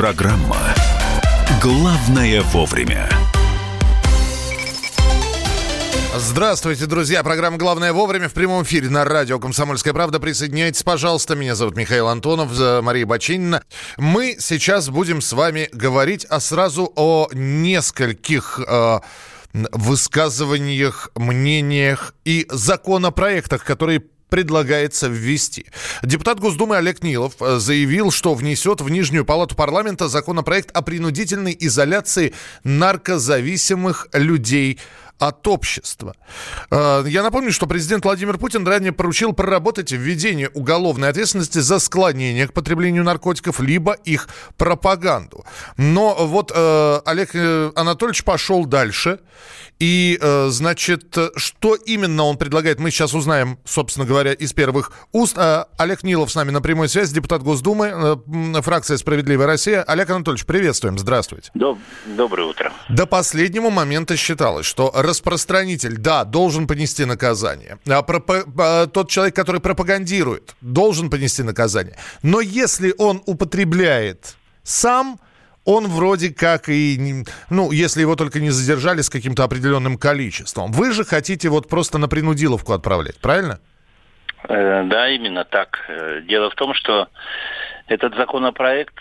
Программа «Главное вовремя». Здравствуйте, друзья. Программа «Главное вовремя» в прямом эфире на радио «Комсомольская правда». Присоединяйтесь, пожалуйста. Меня зовут Михаил Антонов, Мария Бачинина. Мы сейчас будем с вами говорить сразу о нескольких высказываниях, мнениях и законопроектах, которые предлагается ввести. Депутат Госдумы Олег Нилов заявил, что внесет в Нижнюю палату парламента законопроект о принудительной изоляции наркозависимых людей от общества. Я напомню, что президент Владимир Путин ранее поручил проработать введение уголовной ответственности за склонение к потреблению наркотиков, либо их пропаганду. Но вот Олег Анатольевич пошел дальше. И, значит, что именно он предлагает, мы сейчас узнаем, собственно говоря, из первых уст. Олег Нилов с нами на прямой связи, депутат Госдумы, фракция «Справедливая Россия». Олег Анатольевич, приветствуем, здравствуйте. Доброе утро. До последнего момента считалось, что распространитель, да, должен понести наказание. Тот человек, который пропагандирует, должен понести наказание. Но если он употребляет сам, он вроде как и, если его только не задержали с каким-то определенным количеством. Вы же хотите вот просто на принудиловку отправлять, правильно? Да, именно так. Дело в том, что этот законопроект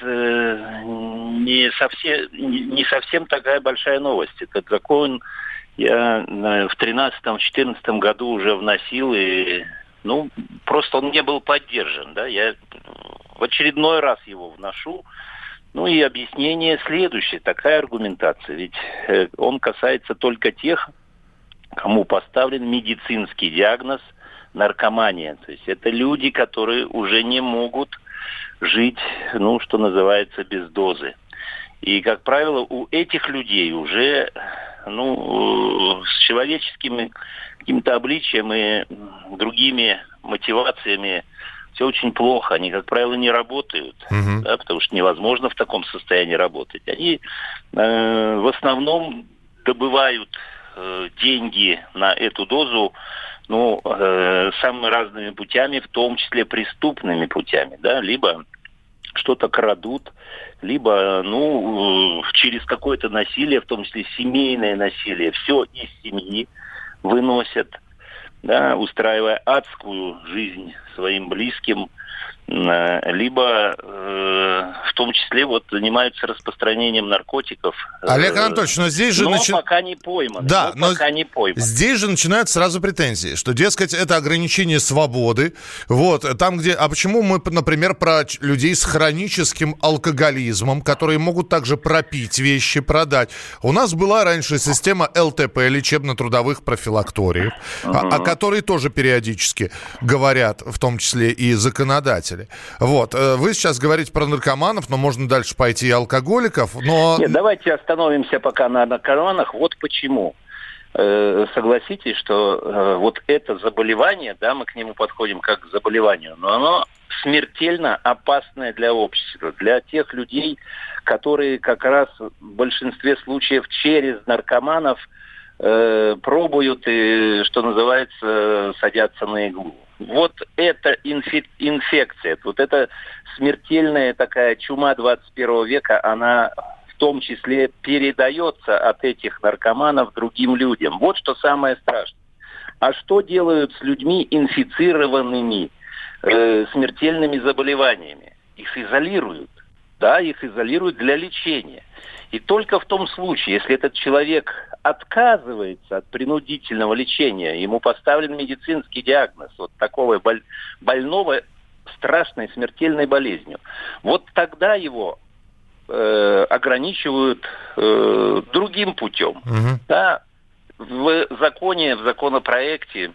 не совсем такая большая новость. Этот закон я в 2013-2014 году уже вносил, и просто он не был поддержан. Да? Я в очередной раз его вношу. И объяснение следующее, такая аргументация. Ведь он касается только тех, кому поставлен медицинский диагноз наркомания. То есть это люди, которые уже не могут жить, что называется, без дозы. И, как правило, у этих людей уже, с человеческим каким-то обличием и другими мотивациями все очень плохо. Они, как правило, не работают, да, потому что невозможно в таком состоянии работать. Они в основном добывают деньги на эту дозу самыми разными путями, в том числе преступными путями. Да? Либо что-то крадут, либо через какое-то насилие, в том числе семейное насилие, все из семьи выносят, да, устраивая адскую жизнь своим близким, либо в том числе занимаются распространением наркотиков. Олег Анатольевич, но здесь же... пока не пойманы. Да, пока не пойманы. Здесь же начинают сразу претензии, что, дескать, это ограничение свободы. Там, где... А почему мы, например, про людей с хроническим алкоголизмом, которые могут также пропить вещи, продать? У нас была раньше система ЛТП, лечебно-трудовых профилакториев, о которой тоже периодически говорят, в том числе и законодатели. Вы сейчас говорите про наркоманов, но можно дальше пойти и алкоголиков, но... Нет, давайте остановимся пока на наркоманах. Вот почему. Согласитесь, что это заболевание, да, мы к нему подходим как к заболеванию, но оно смертельно опасное для общества, для тех людей, которые как раз в большинстве случаев через наркоманов пробуют и, что называется, садятся на иглу. Эта инфекция, эта смертельная такая чума 21 века, она в том числе передается от этих наркоманов другим людям. Вот что самое страшное. А что делают с людьми, инфицированными смертельными заболеваниями? Их изолируют. Да, их изолируют для лечения. И только в том случае, если этот человек отказывается от принудительного лечения, ему поставлен медицинский диагноз такого больного страшной смертельной болезнью, тогда его ограничивают другим путем. Да, в законопроекте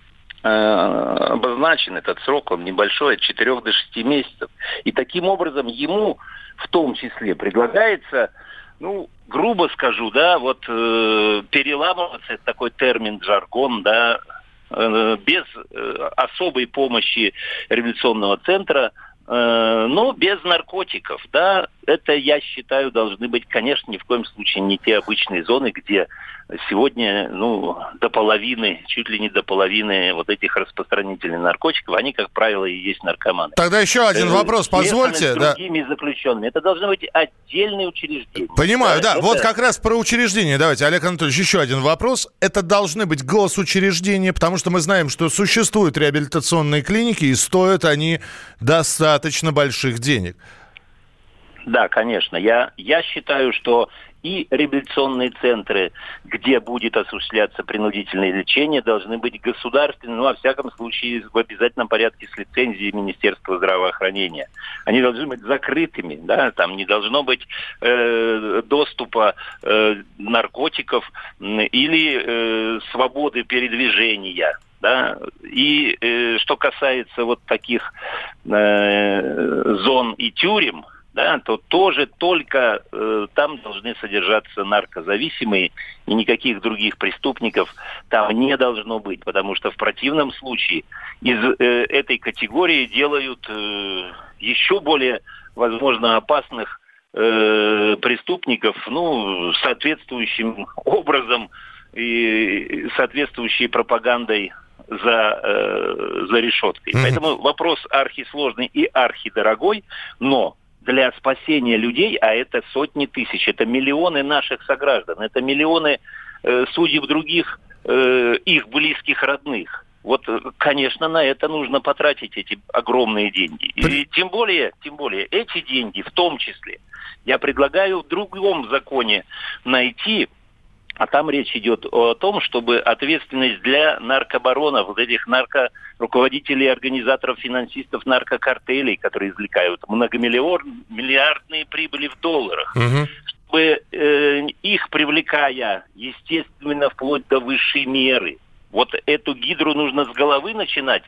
обозначен этот срок, он небольшой, от 4 до 6 месяцев. И таким образом ему в том числе предлагается, грубо скажу, да, переламываться, это такой термин, жаргон, да, без особой помощи революционного центра, но без наркотиков, да, это, я считаю, должны быть, конечно, ни в коем случае не те обычные зоны, где сегодня, до половины, чуть ли не до половины вот этих распространителей наркотиков, они, как правило, и есть наркоманы. Тогда еще один вопрос, позвольте. С другими заключенными. Это должны быть отдельные учреждения. Понимаю, да. Вот как раз про учреждения. Давайте, Олег Анатольевич, еще один вопрос. Это должны быть госучреждения, потому что мы знаем, что существуют реабилитационные клиники, и стоят они достаточно больших денег. Да, конечно. Я считаю, что и реабилитационные центры, где будет осуществляться принудительное лечение, должны быть государственными, во всяком случае, в обязательном порядке с лицензией Министерства здравоохранения. Они должны быть закрытыми, да, там не должно быть доступа наркотиков или свободы передвижения. Да? И что касается вот таких зон и тюрем, да, то тоже только там должны содержаться наркозависимые, и никаких других преступников там не должно быть, потому что в противном случае из этой категории делают еще более, возможно, опасных преступников, соответствующим образом и соответствующей пропагандой за решеткой. Поэтому вопрос архисложный и архидорогой, но для спасения людей, а это сотни тысяч, это миллионы наших сограждан, это миллионы судеб других их близких родных. Вот, конечно, на это нужно потратить эти огромные деньги. И тем более эти деньги, в том числе, я предлагаю в другом законе найти. А там речь идет о том, чтобы ответственность для наркобаронов, вот этих руководителей, организаторов, финансистов наркокартелей, которые извлекают многомиллиардные прибыли в долларах, чтобы их привлекая, естественно, вплоть до высшей меры. Вот эту гидру нужно с головы начинать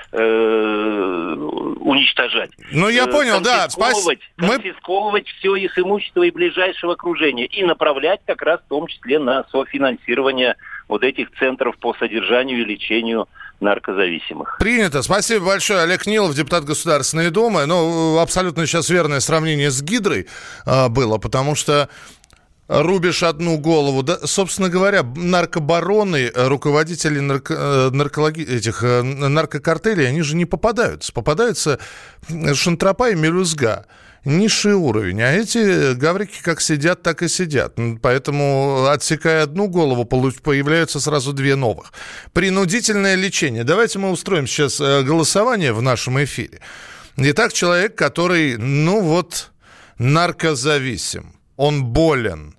уничтожать. Я понял, да. Конфисковывать все их имущество и ближайшего окружения. И направлять как раз в том числе на софинансирование вот этих центров по содержанию и лечению наркозависимых. Принято. Спасибо большое. Олег Нилов, депутат Государственной Думы. Абсолютно сейчас верное сравнение с гидрой было, потому что рубишь одну голову. Да, собственно говоря, наркобароны, руководители наркокартелей, они же не попадаются. Попадаются шантропа и мелюзга. Низший уровень. А эти гаврики как сидят, так и сидят. Поэтому, отсекая одну голову, появляются сразу две новых. Принудительное лечение. Давайте мы устроим сейчас голосование в нашем эфире. Итак, человек, который, наркозависим. Он болен.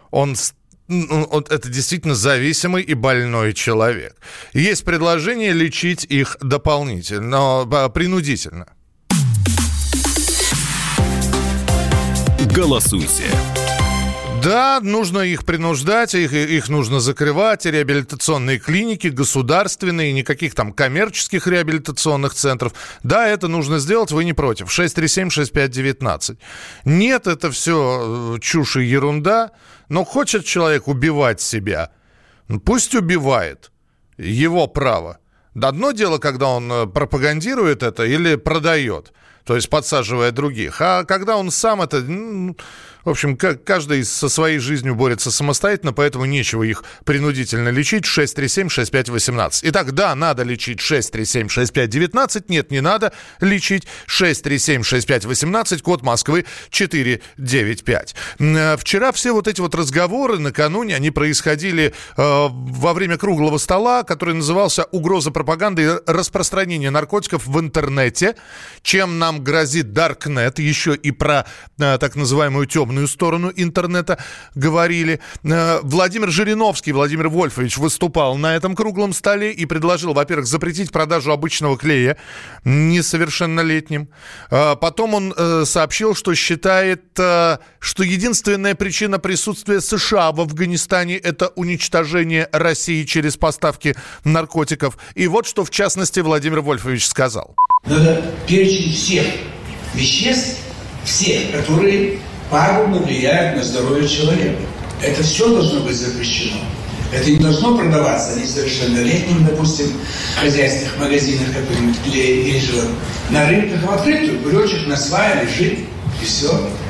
Это действительно зависимый и больной человек. Есть предложение лечить их дополнительно, принудительно. Голосуйте. Да, нужно их принуждать, их нужно закрывать. Реабилитационные клиники, государственные, никаких там коммерческих реабилитационных центров. Да, это нужно сделать, вы не против. 637-6519. Нет, это все чушь и ерунда. Но хочет человек убивать себя, пусть убивает. Его право. Одно дело, когда он пропагандирует это или продает, то есть подсаживая других. А когда он сам это... В общем, каждый со своей жизнью борется самостоятельно, поэтому нечего их принудительно лечить. 637-6518. Итак, да, надо лечить 637-6519. Нет, не надо лечить 637-6518, код Москвы 495. Вчера все вот эти вот разговоры накануне, они происходили во время круглого стола, который назывался «Угроза пропаганды и распространения наркотиков в интернете. Чем нам грозит Даркнет?» Еще и про так называемую темную сторону интернета говорили. Владимир Жириновский, Владимир Вольфович выступал на этом круглом столе и предложил, во-первых, запретить продажу обычного клея несовершеннолетним. Потом он сообщил, что считает, что единственная причина присутствия США в Афганистане – это уничтожение России через поставки наркотиков. И вот что, в частности, Владимир Вольфович сказал. Надо перечень всех веществ, которые пагубно влияют на здоровье человека. Это все должно быть запрещено. Это не должно продаваться несовершеннолетним, допустим, в хозяйственных магазинах какой-нибудь клей или же на рынках в открытую. Кулечек на свае лежит, и все.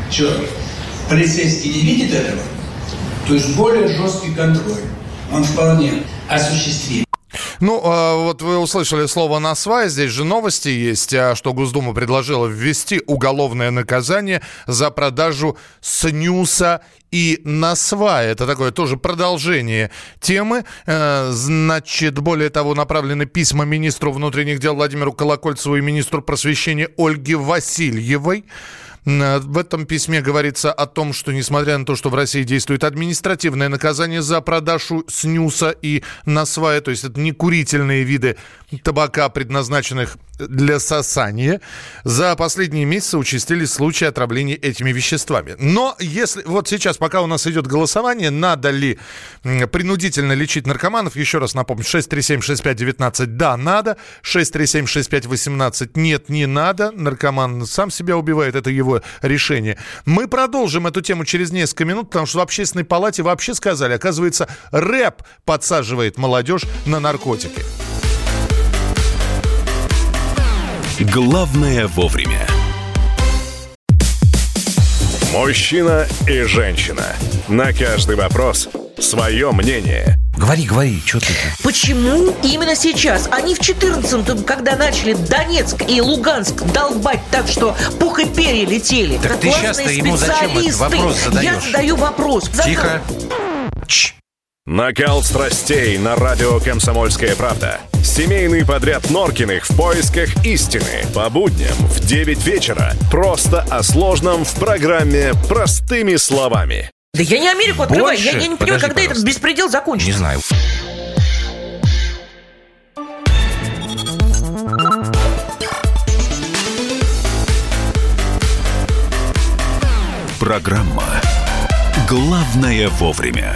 четкий. Полицейский не видит этого, то есть более жесткий контроль, он вполне осуществим. Ну, вот вы услышали слово «насвай». Здесь же новости есть, что Госдума предложила ввести уголовное наказание за продажу снюса и насвай. Это такое тоже продолжение темы. Значит, более того, направлены письма министру внутренних дел Владимиру Колокольцеву и министру просвещения Ольге Васильевой. В этом письме говорится о том, что, несмотря на то, что в России действует административное наказание за продажу снюса и насвая, то есть это не курительные виды табака, предназначенных для сосания, за последние месяцы участились случаи отравления этими веществами. Но если вот сейчас, пока у нас идет голосование, надо ли принудительно лечить наркоманов, еще раз напомню, 637-6519 да, надо, 637-6518 нет, не надо, наркоман сам себя убивает, это его решение. Мы продолжим эту тему через несколько минут, потому что в Общественной палате вообще сказали, оказывается, рэп подсаживает молодежь на наркотики. Главное вовремя. Мужчина и женщина. На каждый вопрос свое мнение. Говори, что ты? Почему именно сейчас? Они в 14-м, когда начали Донецк и Луганск долбать так, что пух и перья летели. Так как ты сейчас-то ему зачем этот вопрос задаешь? Я задаю вопрос. Тихо. Накал страстей на радио «Комсомольская правда». Семейный подряд Норкиных в поисках истины. По будням в 9 вечера. Просто о сложном в программе «Простыми словами». Да я не Америку открываю. Больше? Я не понимаю, когда этот беспредел закончится. Не знаю. Программа «Главное вовремя».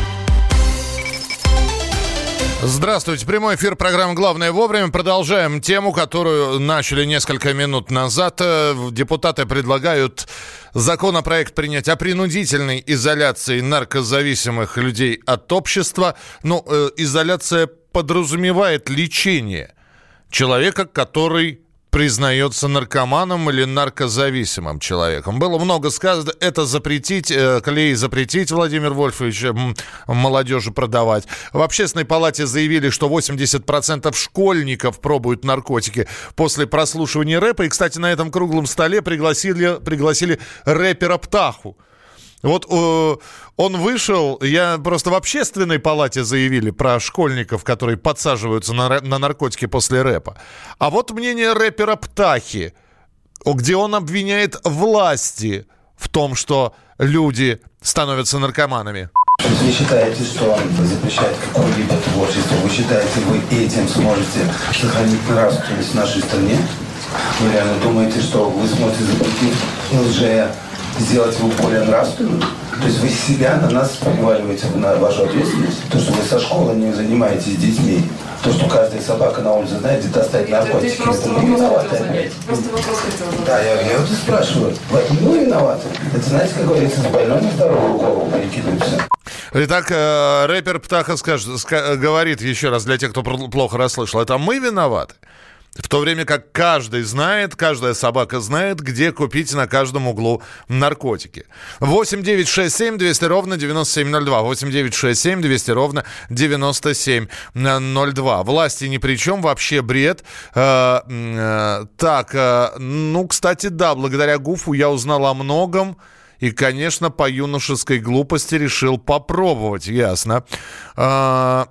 Здравствуйте. Прямой эфир программы «Главное вовремя». Продолжаем тему, которую начали несколько минут назад. Депутаты предлагают законопроект принять о принудительной изоляции наркозависимых людей от общества. Но изоляция подразумевает лечение человека, который признается наркоманом или наркозависимым человеком. Было много сказано, это запретить, клей запретить, Владимир Вольфович, молодежи продавать. В Общественной палате заявили, что 80% школьников пробуют наркотики после прослушивания рэпа. И, кстати, на этом круглом столе пригласили рэпера Птаху. Вот он вышел, я просто в Общественной палате заявили про школьников, которые подсаживаются на наркотики после рэпа. А вот мнение рэпера Птахи, где он обвиняет власти в том, что люди становятся наркоманами. Вы считаете, что запрещать какое-либо творчество? Вы считаете, вы этим сможете сохранить нравственность в нашей стране? Вы реально думаете, что вы сможете запретить лже сделать его более нравственным? То есть вы себя на нас переваливаете на вашу ответственность? То, что вы со школы не занимаетесь детьми, то, что каждая собака на улице знает, где достать наркотики, это мы виноваты опять. Просто вопрос хотела. Да, я вот и спрашиваю. В этом мы виноваты. Это, знаете, как говорится, с больной на здоровую голову перекидываются. Итак, рэпер Птаха говорит еще раз для тех, кто плохо расслышал, это мы виноваты. В то время как каждый знает, каждая собака знает, где купить на каждом углу наркотики. 8-967-200-97-02. 8-967-200-97-02. Власти ни при чем, вообще бред. Кстати, да, благодаря ГУФу я узнал о многом. И, конечно, по юношеской глупости решил попробовать, ясно. А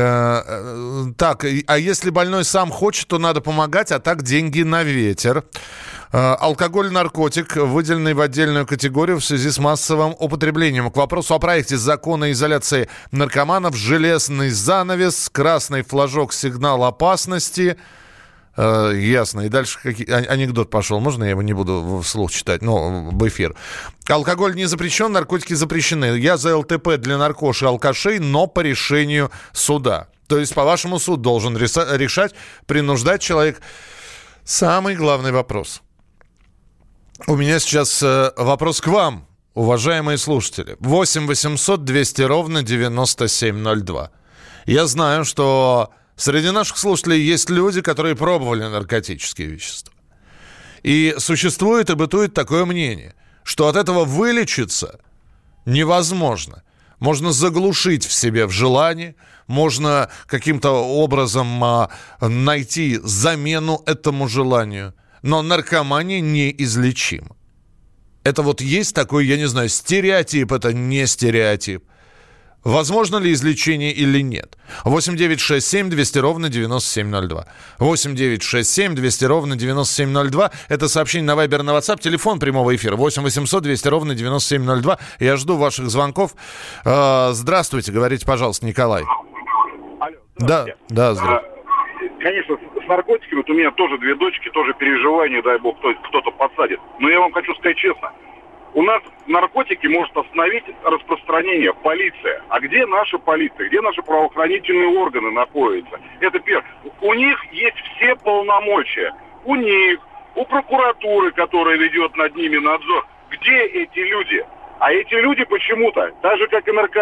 если больной сам хочет, то надо помогать, а так деньги на ветер. Алкоголь, наркотик, выделенный в отдельную категорию в связи с массовым употреблением. К вопросу о проекте закона изоляции наркоманов: железный занавес, красный флажок, сигнал опасности. Ясно. И дальше анекдот пошел. Можно я его не буду вслух читать? В эфир. Алкоголь не запрещен, наркотики запрещены. Я за ЛТП для наркош и алкашей, но по решению суда. То есть, по-вашему, суд должен решать, принуждать человека. Самый главный вопрос. У меня сейчас вопрос к вам, уважаемые слушатели. 8 800 200 ровно 9702. Я знаю, что среди наших слушателей есть люди, которые пробовали наркотические вещества. И существует и бытует такое мнение, что от этого вылечиться невозможно. Можно заглушить в себе в желании, можно каким-то образом найти замену этому желанию. Но наркомания неизлечима. Это вот есть такой, я не знаю, стереотип, это не стереотип. Возможно ли излечение или нет? 8 9 6 7 200 ровно 9702. 8 9 6 7 200 ровно 9702. Это сообщение на Viber, на WhatsApp. Телефон прямого эфира 8 800 200 ровно 9702. Я жду ваших звонков. Здравствуйте, говорите, пожалуйста, Николай. Алло, здравствуйте. Да, здравствуйте. Конечно, с наркотиками, вот у меня тоже 2 дочки, тоже переживания, дай бог, кто-то подсадит. Но я вам хочу сказать честно. У нас наркотики может остановить распространение полиция. А где наша полиция? Где наши правоохранительные органы находятся? Это первое. У них есть все полномочия. У них, у прокуратуры, которая ведет над ними надзор. Где эти люди? А эти люди почему-то, так же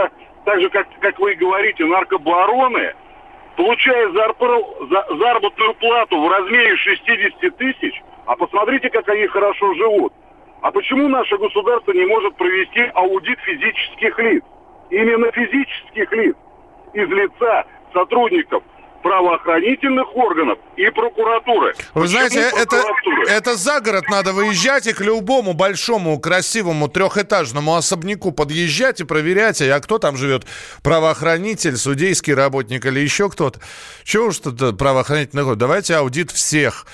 как вы говорите, наркобароны, получая заработную плату в размере 60 тысяч, а посмотрите, как они хорошо живут. А почему наше государство не может провести аудит физических лиц? Именно физических лиц. Из лица сотрудников правоохранительных органов и прокуратуры. Вы знаете, это за город надо выезжать и к любому большому, красивому, трехэтажному особняку подъезжать и проверять, а кто там живет, правоохранитель, судейский работник или еще кто-то. Чего уж тут правоохранительный орган? Давайте аудит всех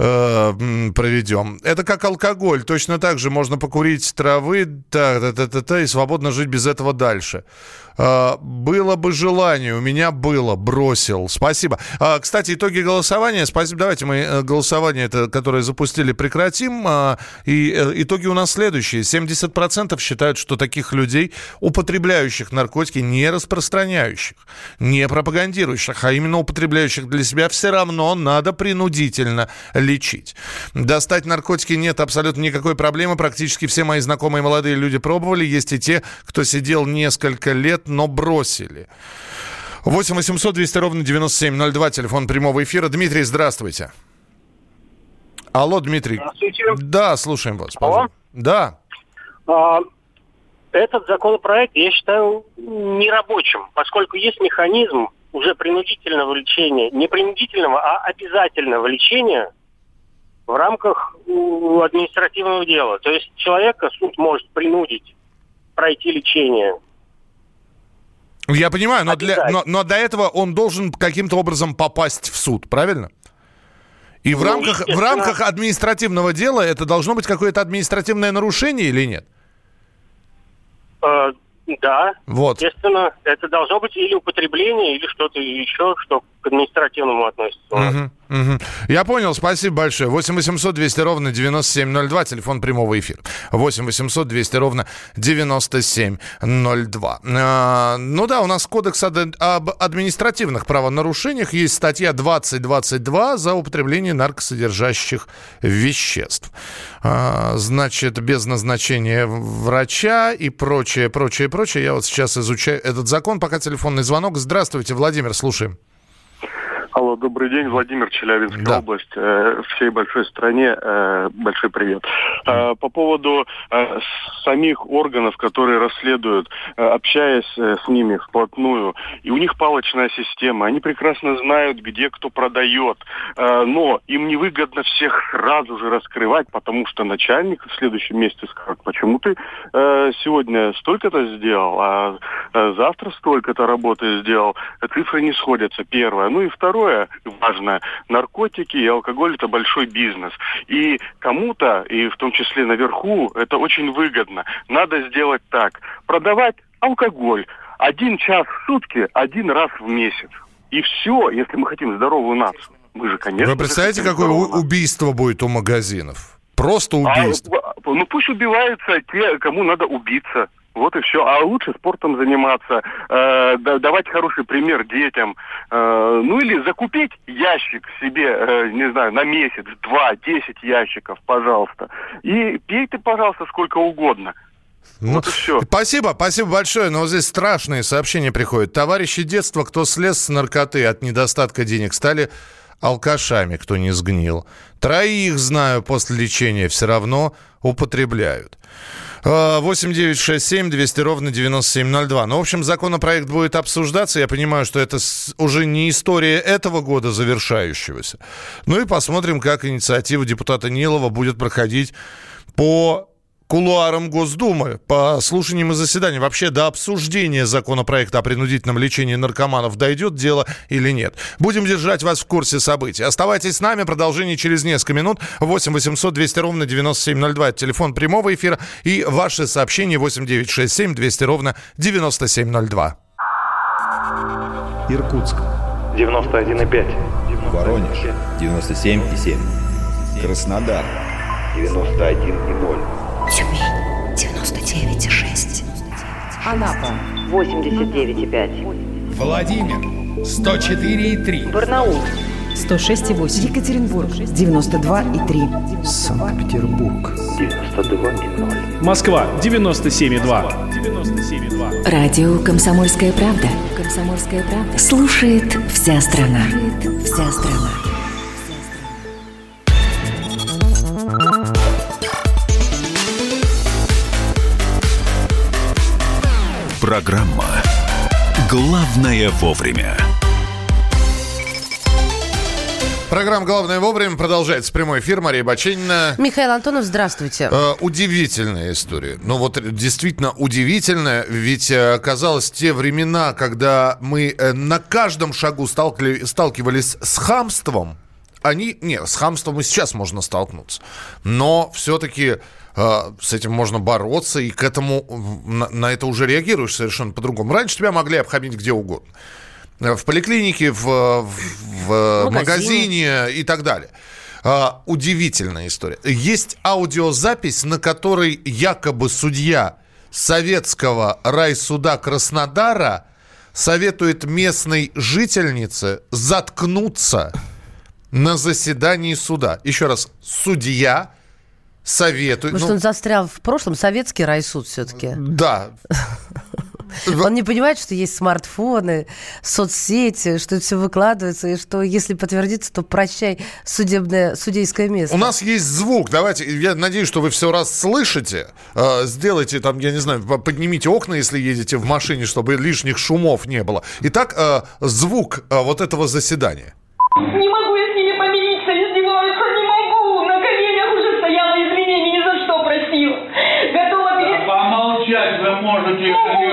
проведем. Это как алкоголь. Точно так же можно покурить травы и свободно жить без этого дальше. Было бы желание, у меня было, бросил. Спасибо. Кстати, итоги голосования. Спасибо. Давайте мы голосование, которое запустили, прекратим. И итоги у нас следующие. 70% считают, что таких людей, употребляющих наркотики, не распространяющих, не пропагандирующих, а именно употребляющих для себя, все равно надо принудительно лечить. Достать наркотики нет абсолютно никакой проблемы. Практически все мои знакомые молодые люди пробовали. Есть и те, кто сидел несколько лет, но бросили. 8 800 200 ровно 9702, телефон прямого эфира. Дмитрий, здравствуйте. Алло, Дмитрий. Здравствуйте. Да, слушаем вас. Алло. Да. Этот законопроект, я считаю, нерабочим, поскольку есть механизм уже принудительного лечения, не принудительного, а обязательного лечения в рамках административного дела. То есть человека суд может принудить пройти лечение. Я понимаю, но до этого он должен каким-то образом попасть в суд, правильно? И в рамках административного дела это должно быть какое-то административное нарушение или нет? Да, вот. Естественно, это должно быть или употребление, или что-то еще, что к административному относится. Я понял, спасибо большое. 8 800 200 ровно 9702, телефон прямого эфира. 8 800 200 ровно 9702. Ну да, у нас кодекс об административных правонарушениях, есть статья 2022 за употребление наркосодержащих веществ. Значит, без назначения врача и прочее. Я вот сейчас изучаю этот закон, пока телефонный звонок. Здравствуйте, Владимир, слушаем. Алло, добрый день, Владимир, Челябинская область, всей большой стране, большой привет. По поводу самих органов, которые расследуют, общаясь с ними вплотную, и у них палочная система, они прекрасно знают, где кто продает, но им невыгодно всех сразу же раскрывать, потому что начальник в следующем месяце скажет, почему ты сегодня столько-то сделал, а завтра столько-то работы сделал, цифры не сходятся, первое. Ну и второе, важно, наркотики и алкоголь – это большой бизнес. И кому-то, и в том числе наверху, это очень выгодно. Надо сделать так. Продавать алкоголь 1 час в сутки 1 раз в месяц. И все, если мы хотим здоровую нацию. Мы же, конечно... Вы представляете, какое убийство будет у магазинов? Просто убийство. Ну пусть убиваются те, кому надо убиться. Вот и все. А лучше спортом заниматься, давать хороший пример детям. Ну или закупить ящик себе, не знаю, на месяц, 2, 10 ящиков, пожалуйста. И пей ты, пожалуйста, сколько угодно. Ну, вот и все. Спасибо большое. Но вот здесь страшные сообщения приходят. Товарищи детства, кто слез с наркоты от недостатка денег, стали алкашами, кто не сгнил. 3 знаю, после лечения все равно употребляют. 8-967-200-97-02. Ну, в общем, законопроект будет обсуждаться. Я понимаю, что это уже не история этого года завершающегося. Ну и посмотрим, как инициатива депутата Нилова будет проходить по кулуарам Госдумы, по слушаниям и заседаниям. Вообще до обсуждения законопроекта о принудительном лечении наркоманов дойдет дело или нет. Будем держать вас в курсе событий. Оставайтесь с нами. Продолжение через несколько минут. 8 800 200 ровно 9702. Это телефон прямого эфира. И ваши сообщения 8 967 200 ровно 9702. Иркутск. 91,5. Воронеж. 97,7. Краснодар. 91,0. Тюмень, 99,6. Анапа, 89,5. Владимир, 104,3. Барнаул, 106,8. Екатеринбург, 92,3. Санкт-Петербург, 92,0. Москва, 97,2. Радио «Комсомольская правда». «Комсомольская правда». Слушает вся страна. Вся страна. Программа «Главное вовремя». Программа «Главное вовремя» продолжается. Прямой эфир. Мария Баченина. Михаил Антонов, здравствуйте. Удивительная история. Ну вот действительно удивительная. Ведь казалось, те времена, когда мы на каждом шагу сталкивались с хамством, с хамством и сейчас можно столкнуться. Но все-таки с этим можно бороться, и к этому, на это уже реагируешь совершенно по-другому. Раньше тебя могли обхамить где угодно. В поликлинике, в магазине и так далее. Удивительная история. Есть аудиозапись, на которой якобы судья советского райсуда Краснодара советует местной жительнице заткнуться на заседании суда. Еще раз, судья советует... Может, он застрял в прошлом? Советский райсуд все-таки. Да. Он не понимает, что есть смартфоны, соцсети, что это все выкладывается, и что если подтвердится, то прощай судейское место. У нас есть звук. Давайте, я надеюсь, что вы все раз слышите. Сделайте там, я не знаю, поднимите окна, если едете в машине, чтобы лишних шумов не было. Итак, звук вот этого заседания. Не могу я с ними помириться, издеваются, не могу. На коленях уже стояла, извинений ни за что просила. Готова перед... Помолчать вы можете.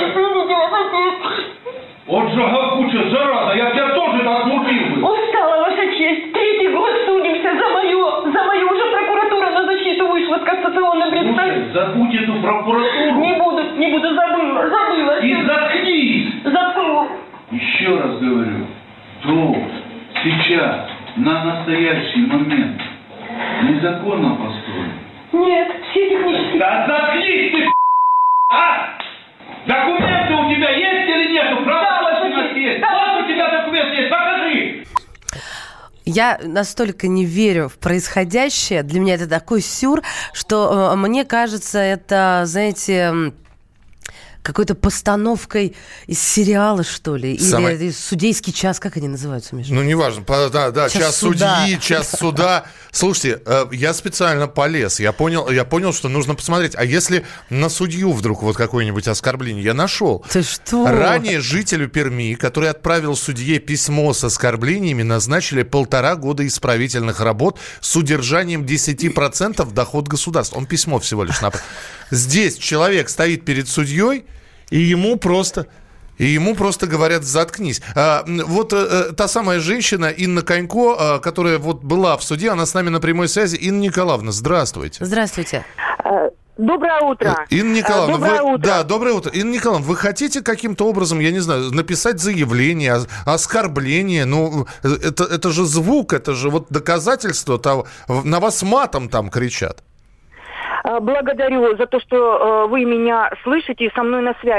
Вот же гакучая зараза, я тебя тоже так мутил бы. Устала, ваша честь. 3-й год судимся за мою уже прокуратура на защиту вышла с кассационным представлением. Забудь эту прокуратуру. Не буду, забыла. И заткнись. Заткну. Еще раз говорю, то сейчас, на настоящий момент, незаконно построен. Нет, все технически. Да заткнись ты, а! Документы у тебя есть или нету? Правда, у нас есть. Вот у тебя документы есть, покажи. Я настолько не верю в происходящее. Для меня это такой сюр, что мне кажется, это, знаете, какой-то постановкой из сериала, что ли. Или судейский час. Как они называются, Миша? Ну, неважно. Да, час судьи, час суда. Слушайте, я специально полез. Я понял, что нужно посмотреть. А если на судью вдруг вот какое-нибудь оскорбление? Я нашел. Ты что? Ранее жителю Перми, который отправил судье письмо с оскорблениями, назначили 1,5 года исправительных работ с удержанием 10% доход государства. Он письмо всего лишь направил. Здесь человек стоит перед судьей, и ему просто говорят: заткнись. Вот та самая женщина Инна Конько, которая вот была в суде, она с нами на прямой связи. Инна Николаевна, здравствуйте. Здравствуйте. Доброе утро. Инна Николаевна, доброе утро. Да, доброе утро. Инна Николаевна, вы хотите каким-то образом, я не знаю, написать заявление, оскорбление? Ну, это же звук, это же вот доказательство того. На вас матом там кричат. Благодарю за то, что вы меня слышите и со мной на связи.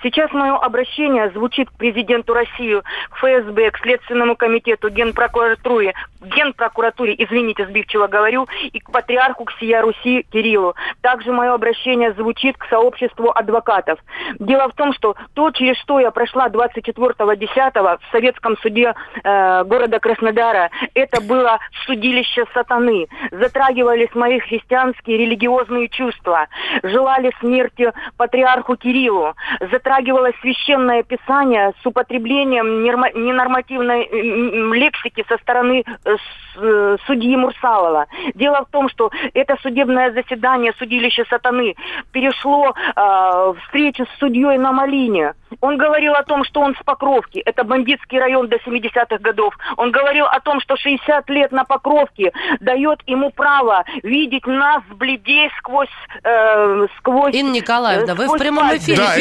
Сейчас мое обращение звучит к президенту России, к ФСБ, к Следственному комитету, Генпрокуратуре, извините, сбивчиво говорю, и к патриарху всея Руси Кириллу. Также мое обращение звучит к сообществу адвокатов. Дело в том, что то, через что я прошла 24.10 в Советском суде города Краснодара, это было судилище сатаны. Затрагивались мои христианские религиозные чувства. Желали смерти патриарху Кириллу. Затрагивалось священное писание с употреблением ненормативной лексики со стороны судьи Мурсалова. Дело в том, что это судебное заседание судилища сатаны перешло в встречу с судьей на Малине. Он говорил о том, что он с Покровки. Это бандитский район до 70-х годов. Он говорил о том, что 60 лет на Покровке дает ему право видеть нас, бледей, сквозь... Инна Николаевна, вы в прямом эфире. Да,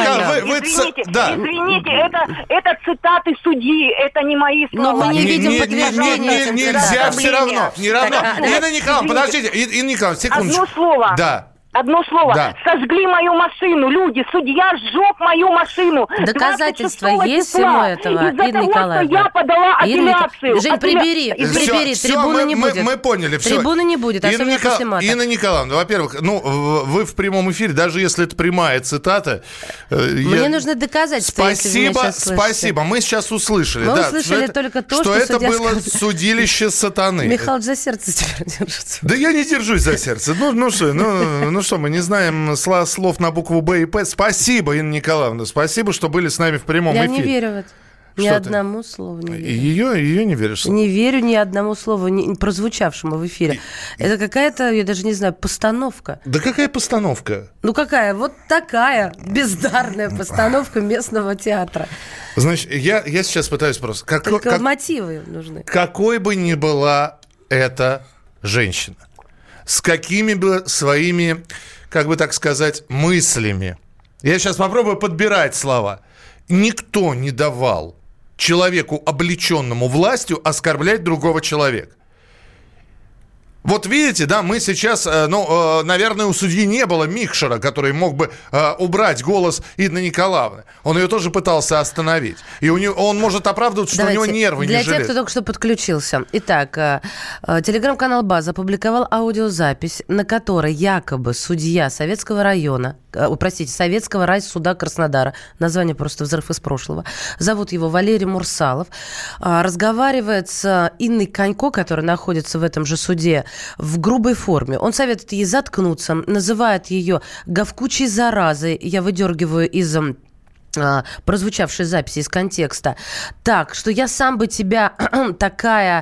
Извините, это цитаты судьи, это не мои слова. Но мы не видим подтверждения. Нельзя все равно. Не равно. Инна Николаевна, подождите. Инна Николаевна, секундочку. Одно слово. Да. Одно слово. Да. Сожгли мою машину, люди. Судья сжег мою машину. Доказательства есть всего этого, Инна Николаевна? Что я подала апелляцию. Жень, прибери, трибуны не будет. Мы поняли. Все. Трибуны не будет, особенно после мата. Инна Николаевна, во-первых, вы в прямом эфире, даже если это прямая цитата... Мне нужны доказательства, если вы меня сейчас слышите. Спасибо, мы сейчас услышали. Мы услышали только то, что это было судилище сатаны. Михаил за сердце теперь держится. Да я не держусь за сердце. Ну что, мы не знаем слов на букву Б и П. Спасибо, Инна Николаевна, спасибо, что были с нами в прямом эфире. Я не верю в это. Ни одному слову не верю. Ее не веришь? Не верю ни одному слову, прозвучавшему в эфире. Это какая-то, я даже не знаю, постановка. Да какая постановка? Ну какая? Вот такая бездарная постановка местного театра. Значит, я сейчас пытаюсь просто... Только мотивы нужны. Какой бы ни была эта женщина, с какими бы своими, как бы так сказать, мыслями. Я сейчас попробую подбирать слова. Никто не давал человеку, облеченному властью, оскорблять другого человека. Вот видите, да, мы сейчас, наверное, у судьи не было микшера, который мог бы убрать голос Инны Николаевны. Он ее тоже пытался остановить. И он может оправдываться, что у него нервы не железные. Для тех, кто только что подключился. Итак, телеграм-канал «База» опубликовал аудиозапись, на которой якобы судья Советского райсуда Краснодара, название просто взрыв из прошлого, зовут его Валерий Мурсалов, разговаривает с Инной Конько, которая находится в этом же суде, в грубой форме. Он советует ей заткнуться, называет ее говкучей заразой. Я выдергиваю из прозвучавшей записи из контекста. Так, что я сам бы тебя такая...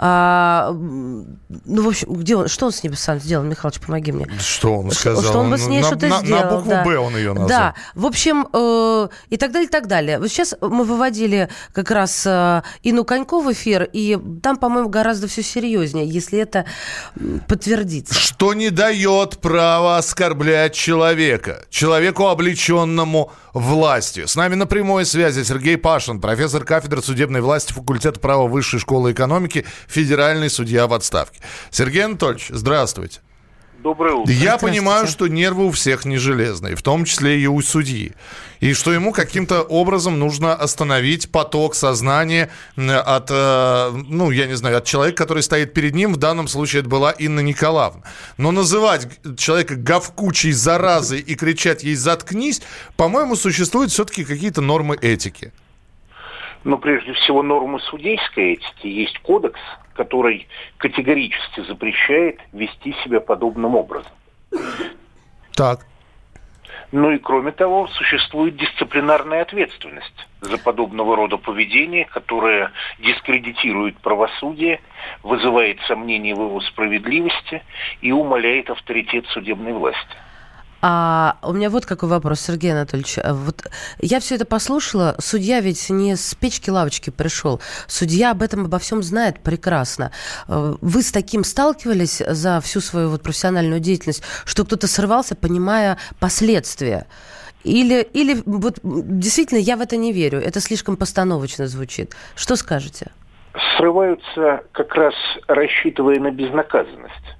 в общем, что он с ней сам сделал? Михалыч, помоги мне. Что он сказал? Что он бы с ней что-то сделал. На букву «Б» он ее назвал. Да, в общем, и так далее, и так далее. Вот сейчас мы выводили как раз Инну Конько в эфир, и там, по-моему, гораздо все серьезнее, если это подтвердится. Что не дает права оскорблять человека, человеку, облеченному властью. С нами на прямой связи Сергей Пашин, профессор кафедры судебной власти факультета права Высшей школы экономики, федеральный судья в отставке. Сергей Анатольевич, здравствуйте. Доброе утро. Я понимаю, что нервы у всех не железные, в том числе и у судьи. И что ему каким-то образом нужно остановить поток сознания от, я не знаю, от человека, который стоит перед ним. В данном случае это была Инна Николаевна. Но называть человека говкучей заразой и кричать ей «заткнись», по-моему, существуют все-таки какие-то нормы этики. Но прежде всего нормы судейской этики. Есть кодекс, который категорически запрещает вести себя подобным образом. Так. Ну и кроме того, существует дисциплинарная ответственность за подобного рода поведение, которое дискредитирует правосудие, вызывает сомнения в его справедливости и умаляет авторитет судебной власти. А у меня вот какой вопрос, Сергей Анатольевич. Вот я все это послушала. Судья ведь не с печки-лавочки пришел. Судья обо всем знает прекрасно. Вы с таким сталкивались за всю свою профессиональную деятельность, что кто-то срывался, понимая последствия? Или вот действительно я в это не верю? Это слишком постановочно звучит. Что скажете? Срываются как раз рассчитывая на безнаказанность.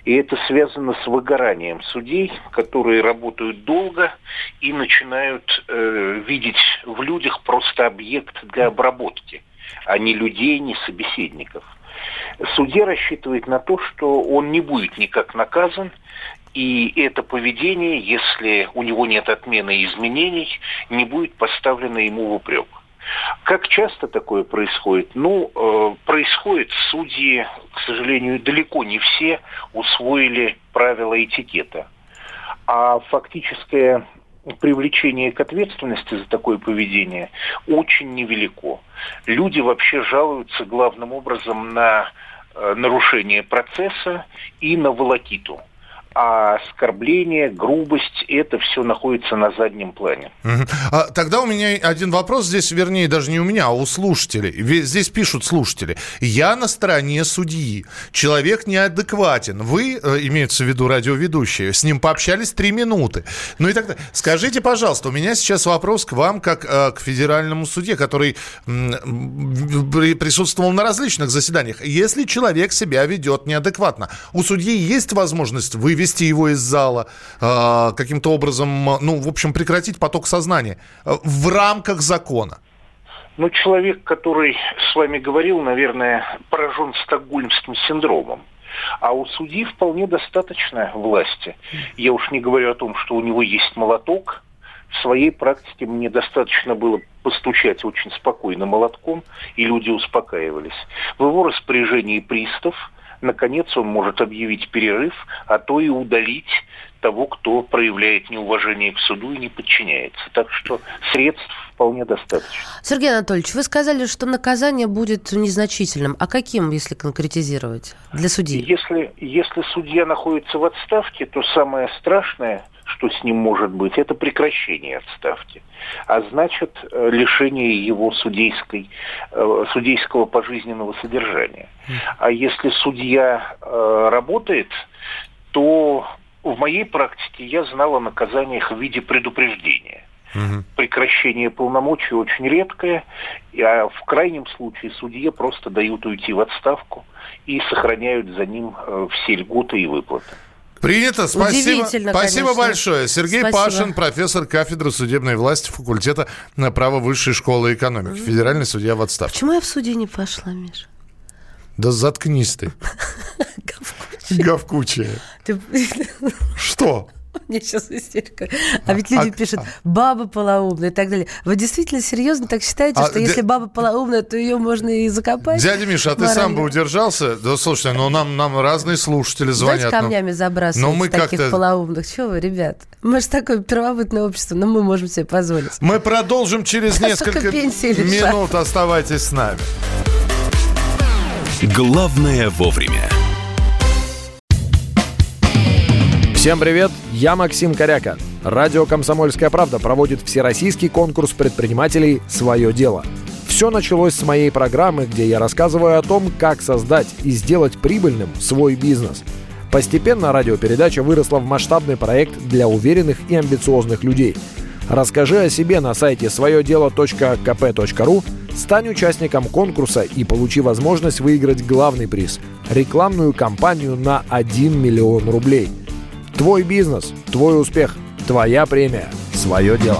И это связано с выгоранием судей, которые работают долго и начинают видеть в людях просто объект для обработки, а не людей, не собеседников. Судья рассчитывает на то, что он не будет никак наказан, и это поведение, если у него нет отмены и изменений, не будет поставлено ему в упрек. Как часто такое происходит? Происходит. Судьи, к сожалению, далеко не все усвоили правила этикета. А фактическое привлечение к ответственности за такое поведение очень невелико. Люди вообще жалуются главным образом на нарушение процесса и на волокиту. А оскорбление, грубость, это все находится на заднем плане. Тогда у меня один вопрос здесь, вернее, даже не у меня, а у слушателей. Здесь пишут слушатели. Я на стороне судьи. Человек неадекватен. Вы, имеется в виду радиоведущие, с ним пообщались 3 минуты. Ну и так далее. Скажите, пожалуйста, у меня сейчас вопрос к вам, как к федеральному судье, который присутствовал на различных заседаниях. Если человек себя ведет неадекватно, у судьи есть возможность вывести его из зала, каким-то образом, в общем, прекратить поток сознания в рамках закона? Человек, который с вами говорил, наверное, поражен стокгольмским синдромом. А у судьи вполне достаточно власти. Я уж не говорю о том, что у него есть молоток. В своей практике мне достаточно было постучать очень спокойно молотком, и люди успокаивались. В его распоряжении пристав. Наконец он может объявить перерыв, а то и удалить того, кто проявляет неуважение к суду и не подчиняется. Так что средств вполне достаточно. Сергей Анатольевич, вы сказали, что наказание будет незначительным. А каким, если конкретизировать, для судьи? Если судья находится в отставке, то самое страшное, что с ним может быть, это прекращение отставки. А значит, лишение его судейского пожизненного содержания. А если судья работает, то в моей практике я знал о наказаниях в виде предупреждения. Прекращение полномочий очень редкое, а в крайнем случае судье просто дают уйти в отставку и сохраняют за ним все льготы и выплаты. Принято. Спасибо большое. Сергей Пашин, профессор кафедры судебной власти факультета права Высшей школы экономики. Федеральный судья в отставке. Почему я в суде не пошла, Миша? Да заткнись ты. Говкучая. Что? У меня сейчас истерика. А ведь люди пишут, баба полоумная и так далее. Вы действительно серьезно так считаете, что если баба полоумная, то ее можно и закопать? Дядя Миша, а ты сам бы удержался? Да, слушайте, нам разные слушатели звонят. Знаете, камнями забрасывать таких полоумных. Чего вы, ребят? Мы же такое первобытное общество, но мы можем себе позволить. Мы продолжим через несколько минут. Оставайтесь с нами. Главное вовремя. Всем привет, я Максим Коряка. Радио «Комсомольская правда» проводит всероссийский конкурс предпринимателей «Свое дело». Все началось с моей программы, где я рассказываю о том, как создать и сделать прибыльным свой бизнес. Постепенно радиопередача выросла в масштабный проект для уверенных и амбициозных людей. Расскажи о себе на сайте своедело.kp.ru, стань участником конкурса и получи возможность выиграть главный приз – рекламную кампанию на 1 миллион рублей. Твой бизнес, твой успех, твоя премия, свое дело.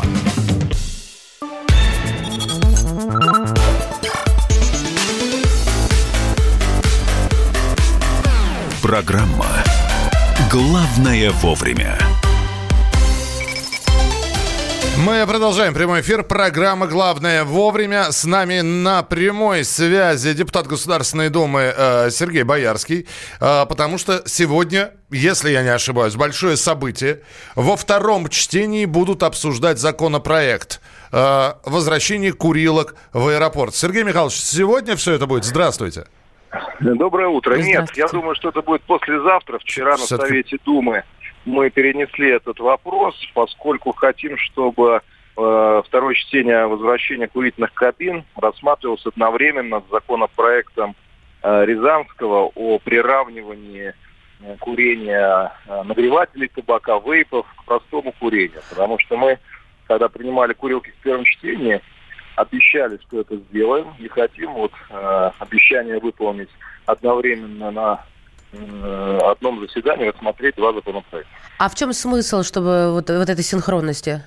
Программа «Главное вовремя». Мы продолжаем прямой эфир. Программа «Главное вовремя». С нами на прямой связи депутат Государственной Думы Сергей Боярский. Потому что сегодня, если я не ошибаюсь, большое событие. Во втором чтении будут обсуждать законопроект возвращение курилок в аэропорт. Сергей Михайлович, сегодня все это будет? Здравствуйте. Доброе утро. Нет, я думаю, что это будет послезавтра. Вчера на Совете Думы мы перенесли этот вопрос, поскольку хотим, чтобы второе чтение о возвращении курительных кабин рассматривалось одновременно с законопроектом Рязанского о приравнивании курения нагревателей табака, вейпов к простому курению. Потому что мы, когда принимали курилки в первом чтении, обещали, что это сделаем, и хотим обещание выполнить одновременно на одном заседании рассмотреть два законопроекта. А в чем смысл, чтобы вот этой синхронности?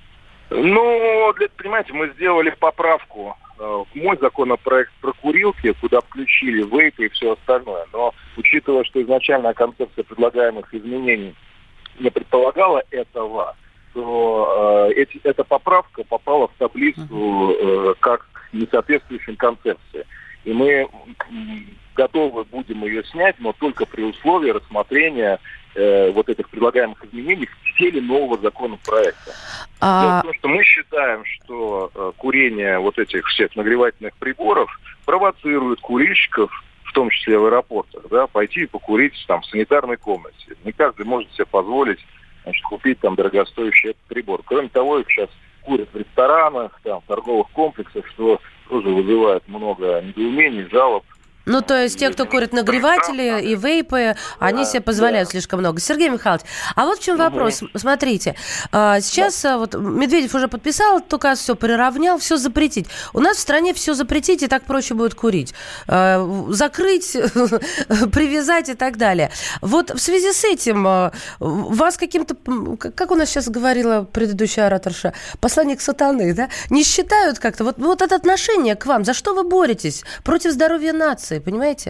Ну, понимаете, мы сделали поправку в мой законопроект про курилки, куда включили вейпы и все остальное. Но учитывая, что изначальная концепция предлагаемых изменений не предполагала этого, то эта поправка попала в таблицу как несоответствующим концепции. И мы готовы будем ее снять, но только при условии рассмотрения вот этих предлагаемых изменений в теле нового законопроекта. Дело в том, что мы считаем, что курение вот этих всех нагревательных приборов провоцирует курильщиков, в том числе в аэропортах, да, пойти и покурить там в санитарной комнате. Не каждый может себе позволить, значит, купить там дорогостоящий этот прибор. Кроме того, их сейчас курят в ресторанах, там, в торговых комплексах, что тоже вызывает много недоумений, жалоб. Ну, то есть те, кто курят нагреватели и вейпы, они себе позволяют слишком много. Сергей Михайлович, а вот в чем вопрос. Смотрите, сейчас вот Медведев уже подписал, только все приравнял, все запретить. У нас в стране все запретить, и так проще будет курить. Закрыть, привязать и так далее. Вот в связи с этим вас каким-то, как у нас сейчас говорила предыдущая ораторша, посланник сатаны, да, не считают как-то? Вот это отношение к вам, за что вы боретесь? Против здоровья нации, понимаете?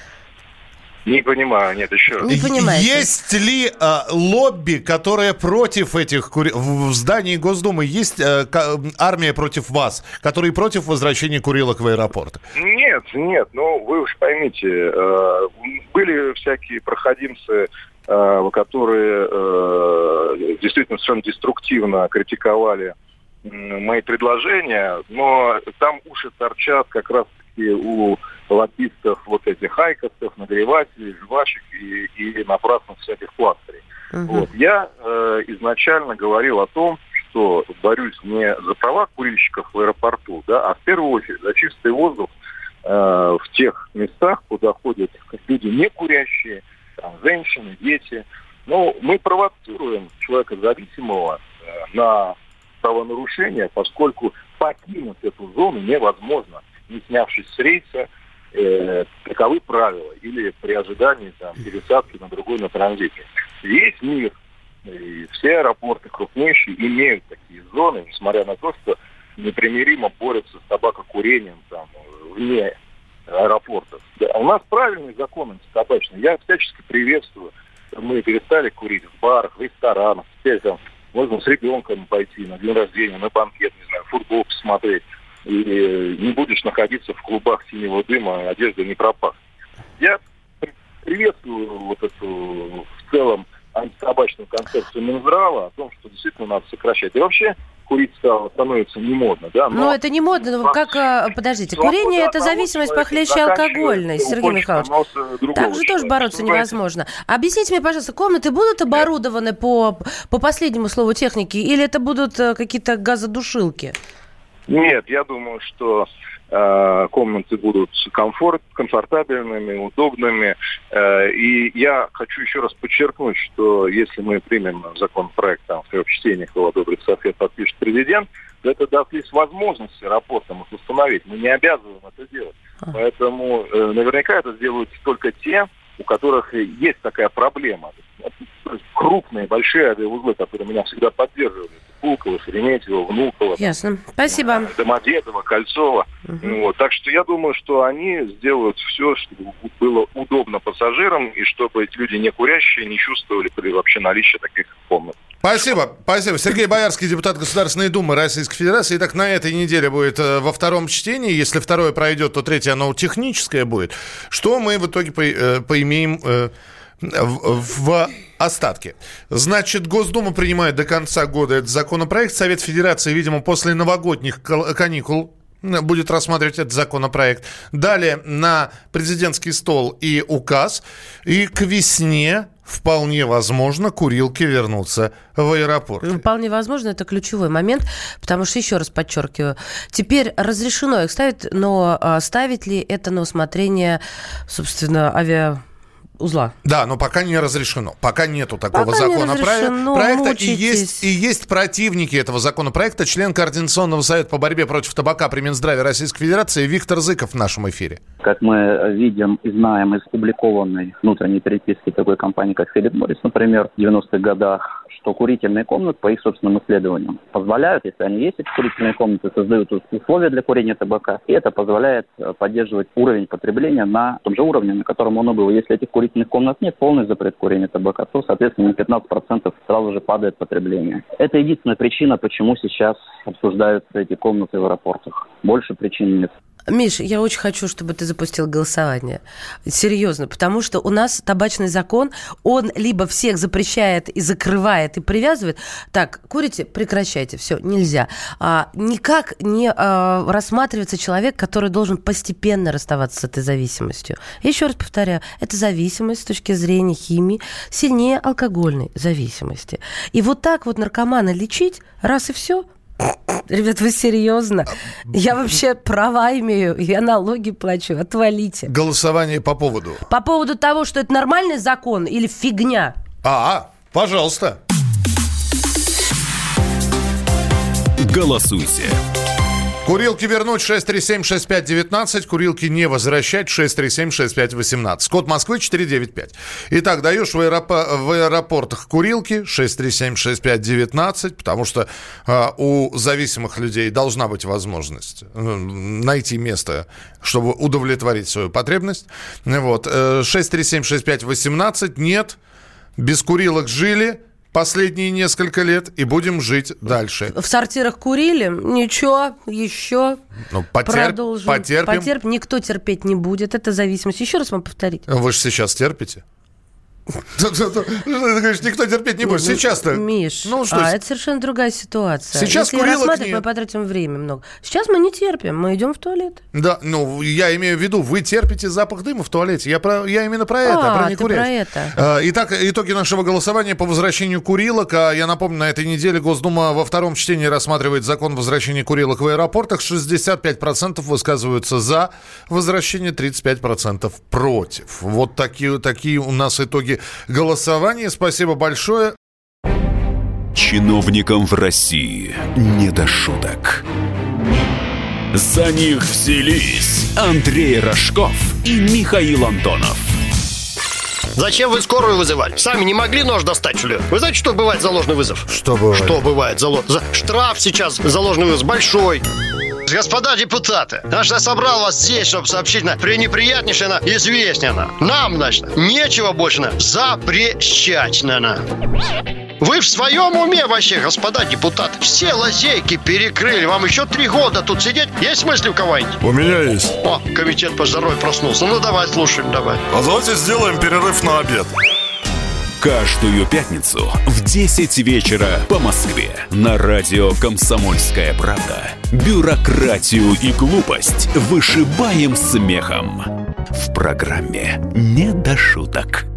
Не понимаю, нет, еще раз. Не понимаете. Есть ли лобби, которое против этих в здании Госдумы? Есть армия против вас, которые против возвращения курилок в аэропорты? Нет, ну вы уж поймите, были всякие проходимцы, которые действительно совершенно деструктивно критиковали мои предложения, но там уши торчат как раз-таки у лоббистов вот этих айкосов, нагревателей, жвачек и напрасных всяких пластырей. Вот. Я изначально говорил о том, что борюсь не за права курильщиков в аэропорту, да, а в первую очередь за чистый воздух в тех местах, куда ходят люди не курящие, там, женщины, дети. Но мы провоцируем человека зависимого на правонарушение, поскольку покинуть эту зону невозможно, не снявшись с рейса. Таковы правила, или при ожидании там, пересадки на другой на транзите. Весь мир, и все аэропорты крупнейшие имеют такие зоны, несмотря на то, что непримиримо борются с табакокурением там, вне аэропортов. Да, у нас правильный закон антитабачный. Я всячески приветствую. Мы перестали курить в барах, в ресторанах. Теперь там можно с ребенком пойти на день рождения, на банкет, не знаю, футбол посмотреть. И не будешь находиться в клубах синего дыма, одежда не пропахнет. Я приветствую вот эту в целом антитабачную концепцию Минздрава о том, что действительно надо сокращать. И вообще курить становится не модно, да? Но это не модно, но как, подождите, курение – это зависимость похлеще алкогольной, Сергей Михайлович. Так же тоже бороться невозможно. Объясните мне, пожалуйста, комнаты будут оборудованы по последнему слову техники, или это будут какие-то газодушилки? Нет, я думаю, что комнаты будут комфортабельными, удобными. И я хочу еще раз подчеркнуть, что если мы примем законопроект там, в трех чтениях, его одобрит Совет, подпишет президент, то это даст лишь возможность аэропортам их установить. Мы не обязываем это делать. Поэтому наверняка это сделают только те, у которых есть такая проблема. Крупные, большие авиаузлы, которые меня всегда поддерживали. Пулково, Шереметьево, Внуково. Ясно. Спасибо. Домодедово, Кольцово. Вот. Так что я думаю, что они сделают все, чтобы было удобно пассажирам, и чтобы эти люди не курящие не чувствовали вообще наличие таких комнат. Спасибо. Сергей Боярский, депутат Государственной Думы Российской Федерации. Итак, на этой неделе будет во втором чтении. Если второе пройдет, то третье, оно техническое будет. Что мы в итоге поимеем в остатке? Значит, Госдума принимает до конца года этот законопроект. Совет Федерации, видимо, после новогодних каникул будет рассматривать этот законопроект. Далее на президентский стол и указ. И к весне вполне возможно курилки вернутся в аэропорт. Вполне возможно, это ключевой момент, потому что, еще раз подчеркиваю, теперь разрешено их ставить, но ставить ли это на усмотрение, собственно, узла. Да, но пока не разрешено. Пока нету такого законопроекта. И есть противники этого законопроекта, член Координационного совета по борьбе против табака при Минздраве Российской Федерации Виктор Зыков в нашем эфире. Как мы видим и знаем из опубликованной внутренней переписки такой компании, как Филипп Моррис, например, в 90-х годах, что курительные комнаты, по их собственным исследованиям, позволяют, если они есть, эти курительные комнаты, создают условия для курения табака, и это позволяет поддерживать уровень потребления на том же уровне, на котором оно было. Если этих курительных комнат нет, полный запрет курения табака, то, соответственно, на 15% сразу же падает потребление. Это единственная причина, почему сейчас обсуждаются эти комнаты в аэропортах. Больше причин нет. Миш, я очень хочу, чтобы ты запустил голосование. Серьезно, потому что у нас табачный закон, он либо всех запрещает и закрывает, и привязывает. Так, курите, прекращайте, все, нельзя. Никак не рассматривается человек, который должен постепенно расставаться с этой зависимостью. Еще раз повторяю, это зависимость с точки зрения химии сильнее алкогольной зависимости. И вот так вот наркомана лечить, раз и все. Ребят, вы серьезно? Я вообще права имею, я налоги плачу, отвалите. Голосование по поводу? По поводу того, что это нормальный закон или фигня? Пожалуйста. Голосуйте. Курилки вернуть 637-6519, курилки не возвращать 637-6518. Код Москвы 495. Итак, даешь в аэропортах курилки 637-6519, потому что у зависимых людей должна быть возможность найти место, чтобы удовлетворить свою потребность. Вот. 637-6518 нет, без курилок жили последние несколько лет и будем жить дальше. В сортирах курили, ничего, еще продолжим. Потерпим. Никто терпеть не будет, это зависимость. Еще раз вам повторить. Вы же сейчас терпите. Ты говоришь, никто терпеть не будет. Сейчас-то... Миш, это совершенно другая ситуация. Сейчас если рассматривать, мы потратим время много. Сейчас мы не терпим, мы идем в туалет. Да, я имею в виду, вы терпите запах дыма в туалете. Я именно про это, про не курить. Итак, итоги нашего голосования по возвращению курилок. Я напомню, на этой неделе Госдума во втором чтении рассматривает закон возвращения курилок в аэропортах. 65% высказываются за возвращение, 35% против. Вот такие у нас итоги голосования. Спасибо большое. Чиновникам в России не до шуток. За них взялись Андрей Рожков и Михаил Антонов. Зачем вы скорую вызывали? Сами не могли нож достать, что ли? Вы знаете, что бывает за ложный вызов? Что бывает? Что бывает штраф сейчас за ложный вызов большой. Господа депутаты, я собрал вас здесь, чтобы сообщить пренеприятнейшее известие нам, значит, нечего больше запрещать. Вы в своем уме вообще, господа депутаты? Все лазейки перекрыли. Вам еще 3 года тут сидеть? Есть мысли у кого-нибудь? У меня есть. О, комитет по здоровью проснулся. Давай, слушаем, давай. А давайте сделаем перерыв на обед. Каждую пятницу в 10 вечера по Москве на радио «Комсомольская правда». Бюрократию и глупость вышибаем смехом. В программе «Не до шуток».